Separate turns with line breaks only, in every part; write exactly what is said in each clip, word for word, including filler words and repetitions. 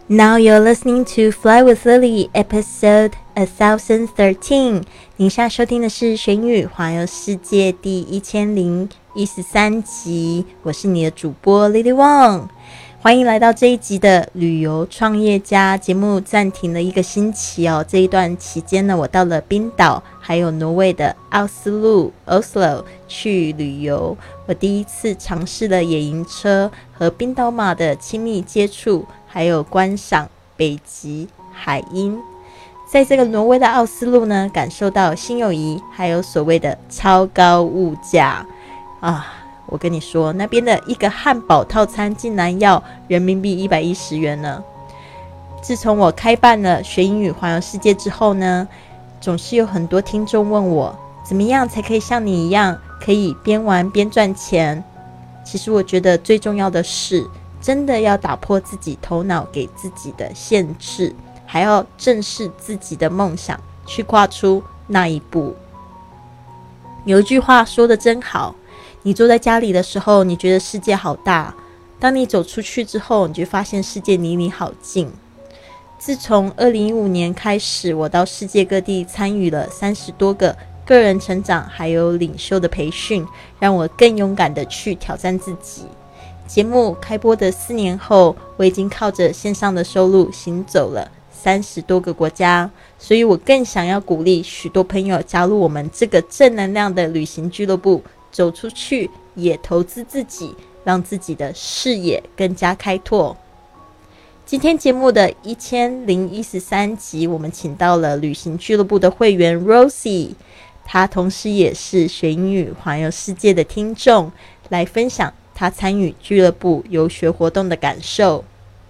Now you're listening to Fly with Lily, episode one thousand thirteen. 您现在收听的是学英语环游世界第一千零一十三集，我是你的主播 Lily Wong。欢迎来到这一集的旅游创业家节目。暂停了一个星期哦，这一段期间呢，我到了冰岛还有挪威的奥斯陆 Oslo 去旅游。我第一次尝试了野营车和冰岛马的亲密接触，还有观赏北极海鹰。在这个挪威的奥斯陆呢，感受到心有谊，还有所谓的超高物价啊！我跟你说，那边的一个汉堡套餐竟然要人民币一百一十元呢。自从我开办了学英语环游世界之后呢，总是有很多听众问我，怎么样才可以像你一样，可以边玩边赚钱？其实我觉得最重要的是，真的要打破自己头脑给自己的限制，还要正视自己的梦想，去跨出那一步。有一句话说得真好，你坐在家里的时候，你觉得世界好大，当你走出去之后，你就发现世界离你好近。自从二零一五年开始，我到世界各地参与了三十多个个人成长还有领袖的培训，让我更勇敢的去挑战自己。节目开播的四年后，我已经靠着线上的收入行走了三十多个国家，所以我更想要鼓励许多朋友加入我们这个正能量的旅行俱乐部，走出去也投资自己，让自己的视野更加开拓。今天节目的一千零一十三集，我们请到了旅行俱乐部的会员 Rosie， 她同时也是学英语环游世界的听众，来分享她参与俱乐部游学活动的感受。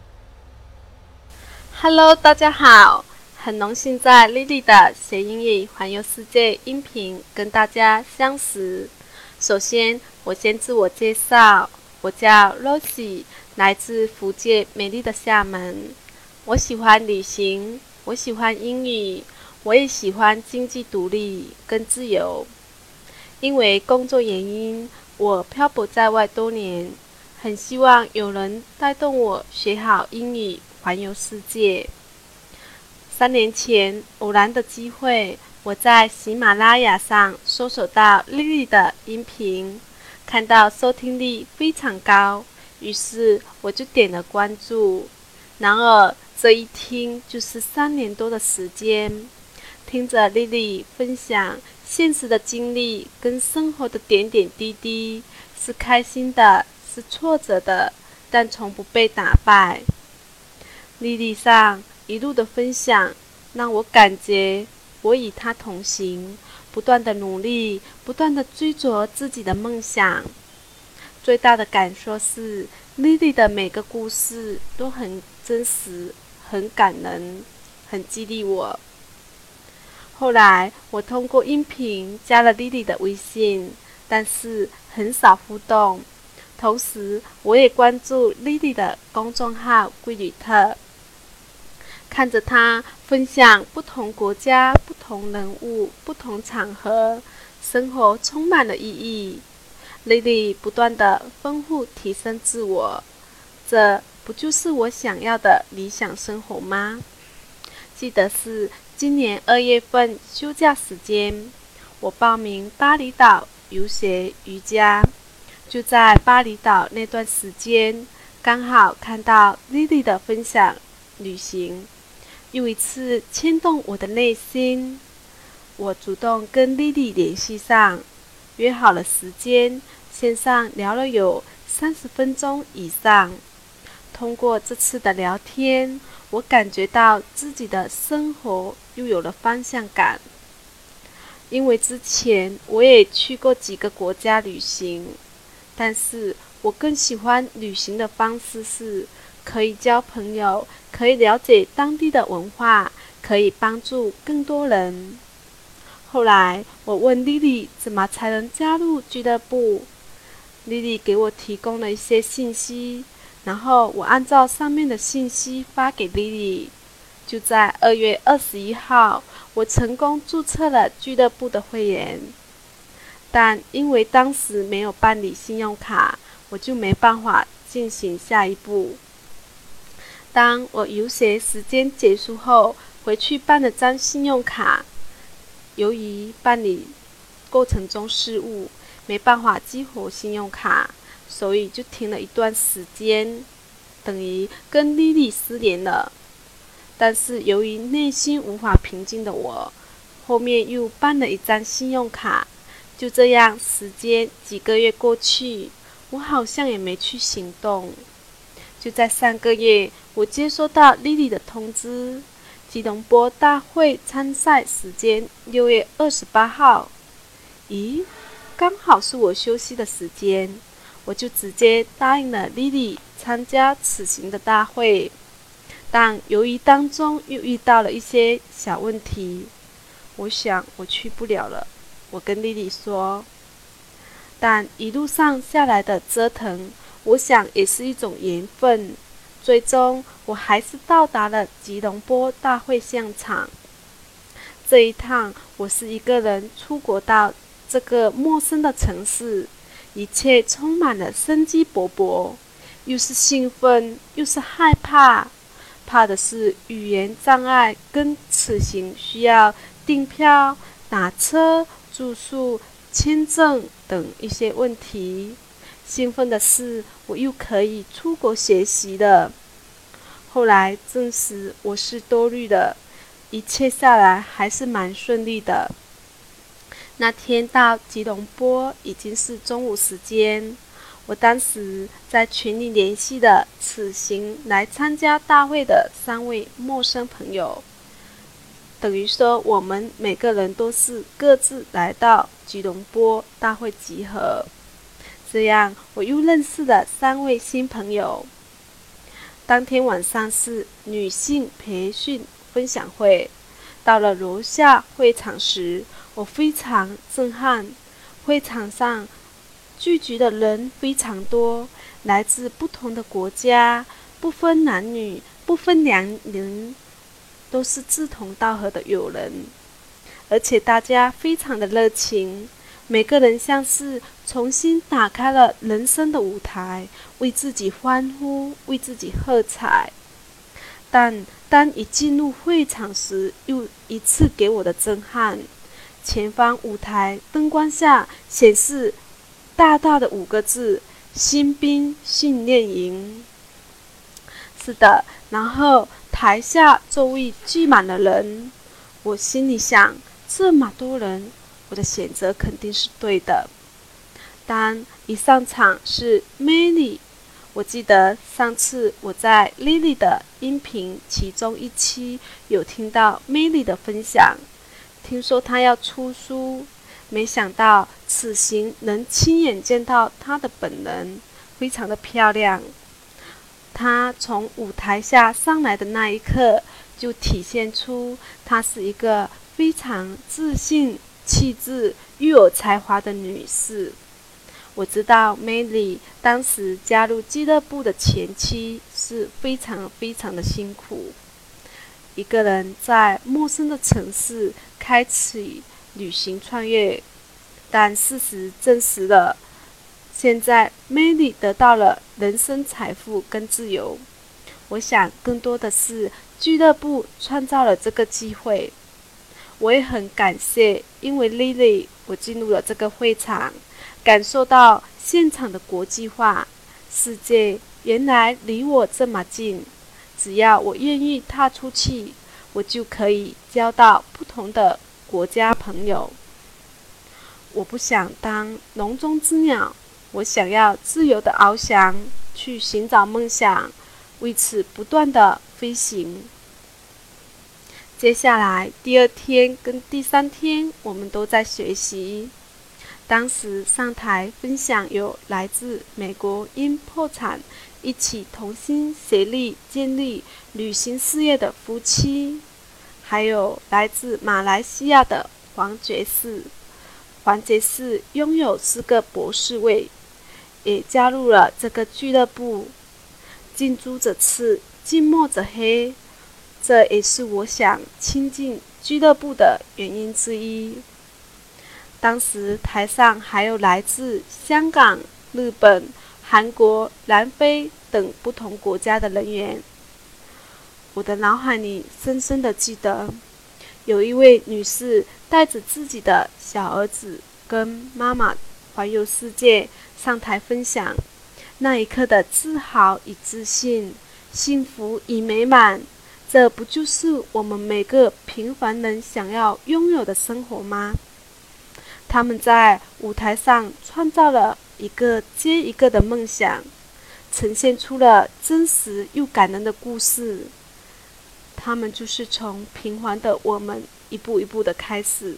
Hello， 大家好，很荣幸在 Lily 的学英语环游世界音频跟大家相识。首先，我先自我介绍，我叫 Rosie， 来自福建美丽的厦门。我喜欢旅行，我喜欢英语，我也喜欢经济独立跟自由。因为工作原因，我漂泊在外多年，很希望有人带动我学好英语，环游世界。三年前，偶然的机会，我在喜马拉雅上搜索到 Lily 的音频，看到收听率非常高，于是我就点了关注。然而这一听就是三年多的时间，听着 Lily 分享现实的经历跟生活的点点滴滴，是开心的，是挫折的，但从不被打败。Lily 上一路的分享，让我感觉我与他同行，不断的努力，不断的追逐自己的梦想。最大的感受是 Lily 的每个故事都很真实，很感人，很激励我。后来我通过音频加了 Lily 的微信，但是很少互动。同时我也关注 Lily 的公众号贵旅特，看着她分享不同国家、不同人物、不同场合，生活充满了意义。Lily 不断地丰富提升自我，这不就是我想要的理想生活吗？记得是今年二月份休假时间，我报名巴厘岛游学瑜伽，就在巴厘岛那段时间，刚好看到 Lily 的分享旅行，又一次牵动我的内心。我主动跟 Lily 联系上，约好了时间，线上聊了有三十分钟以上。通过这次的聊天，我感觉到自己的生活又有了方向感。因为之前我也去过几个国家旅行，但是我更喜欢旅行的方式是可以交朋友，可以了解当地的文化，可以帮助更多人。后来我问 Lily 怎么才能加入俱乐部， Lily 给我提供了一些信息，然后我按照上面的信息发给 Lily。 就在二月二十一号，我成功注册了俱乐部的会员，但因为当时没有办理信用卡，我就没办法进行下一步。 当我游学时间结束后，回去办了张信用卡，由于办理过程中失误，没办法激活信用卡，所以就停了一段时间，等于跟莉莉失联了。但是由于内心无法平静的我，后面又办了一张信用卡，就这样时间几个月过去，我好像也没去行动。就在上个月，我接收到莉莉的通知，吉隆坡大会参赛时间六月二十八号。咦，刚好是我休息的时间，我就直接答应了莉莉参加此行的大会。但由于当中又遇到了一些小问题，我想我去不了了，我跟莉莉说。但一路上下来的折腾，我想也是一种缘分，最终我还是到达了吉隆坡大会现场。这一趟我是一个人出国到这个陌生的城市，一切充满了生机勃勃，又是兴奋又是害怕。怕的是语言障碍跟此行需要订票、打车、住宿、签证等一些问题。兴奋的是我又可以出国学习了。后来证实我是多虑了，一切下来还是蛮顺利的。那天到吉隆坡已经是中午时间，我当时在群里联系了此行来参加大会的三位陌生朋友，等于说我们每个人都是各自来到吉隆坡大会集合。这样我又认识了三位新朋友。当天晚上是女性培训分享会，到了楼下会场时，我非常震撼。会场上聚集的人非常多，来自不同的国家，不分男女，不分年龄，都是志同道合的友人，而且大家非常的热情。每个人像是重新打开了人生的舞台，为自己欢呼，为自己喝彩。但当一进入会场时，又一次给我的震撼。前方舞台灯光下显示大大的五个字：新兵训练营。是的，然后台下座位聚满了人，我心里想，这么多人，我的选择肯定是对的。当一上场是 Melly， 我记得上次我在 Lily 的音频其中一期有听到 Melly 的分享，听说她要出书，没想到此行能亲眼见到她的本人，非常的漂亮。她从舞台下上来的那一刻，就体现出她是一个非常自信、气质又有才华的女士。我知道 Melly 当时加入俱乐部的前期是非常非常的辛苦，一个人在陌生的城市开启旅行穿越，但事实证实了，现在 Melly 得到了人生财富跟自由。我想更多的是俱乐部创造了这个机会。我也很感谢，因为 Lily 我进入了这个会场，感受到现场的国际化，世界原来离我这么近，只要我愿意踏出去，我就可以交到不同的国家朋友。我不想当笼中之鸟，我想要自由的翱翔，去寻找梦想，为此不断的飞行。接下来第二天跟第三天我们都在学习。当时上台分享有来自美国因破产一起同心协力建立旅行事业的夫妻，还有来自马来西亚的黄爵士。黄爵士拥有四个博士位，也加入了这个俱乐部。近朱者赤，近墨者黑，这也是我想亲近俱乐部的原因之一。当时台上还有来自香港、日本、韩国、南非等不同国家的人员。 我的脑海里深深的记得，有一位女士带着自己的小儿子跟妈妈环游世界上台分享，那一刻的自豪与自信，幸福与美满，这不就是我们每个平凡人想要拥有的生活吗？他们在舞台上创造了一个接一个的梦想，呈现出了真实又感人的故事。他们就是从平凡的我们一步一步的开始。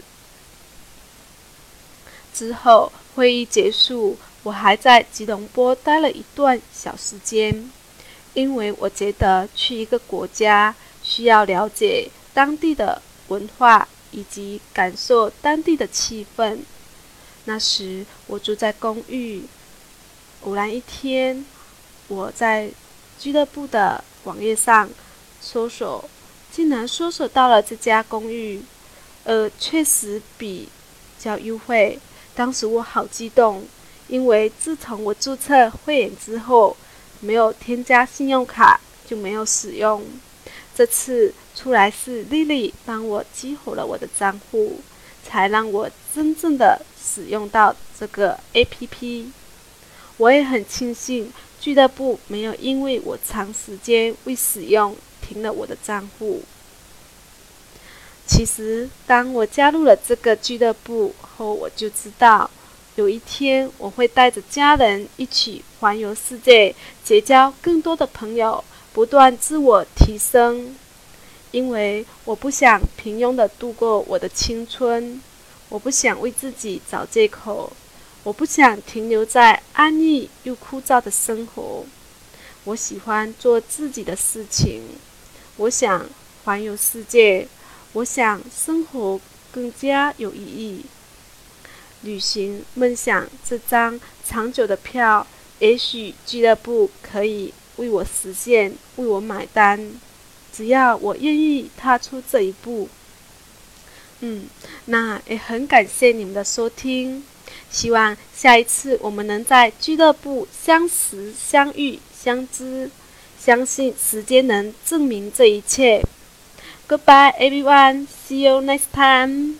之后会议结束，我还在吉隆坡待了一段小时间，因为我觉得去一个国家需要了解当地的文化以及感受当地的气氛。那时我住在公寓，偶然一天我在俱乐部的网页上搜索，竟然搜索到了这家公寓，呃，确实比较优惠。当时我好激动，因为自从我注册会员之后，没有添加信用卡就没有使用。这次出来是丽丽帮我激活了我的账户，才让我真正的使用到这个 A P P。 我也很庆幸俱乐部没有因为我长时间未使用停了我的账户。其实当我加入了这个俱乐部后，我就知道有一天我会带着家人一起环游世界，结交更多的朋友，不断自我提升。因为我不想平庸地度过我的青春，我不想为自己找借口，我不想停留在安逸又枯燥的生活。我喜欢做自己的事情，我想环游世界，我想生活更加有意义。旅行梦想这张长久的票，也许俱乐部可以为我实现，为我买单，只要我愿意踏出这一步。嗯，那也很感谢你们的收听，希望下一次我们能在俱乐部相识、相遇、相知，相信时间能证明这一切。Goodbye everyone, see you next time.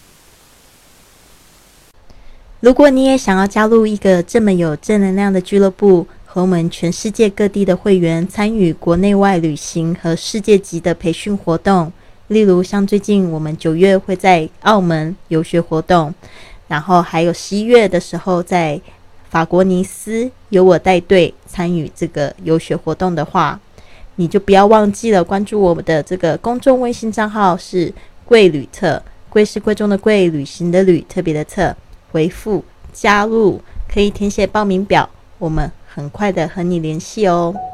如果你也想要加入一个这么有正能量的俱乐部，和我们全世界各地的会员参与国内外旅行和世界级的培训活动，例如像最近我们九月会在澳门游学活动，然后还有十一月的时候在法国尼斯由我带队参与这个游学活动的话，你就不要忘记了关注我们的这个公众微信账号，是贵旅特，贵是贵重的贵，旅行的旅，特别的特，回复加入可以填写报名表，我们很快的和你联系哦。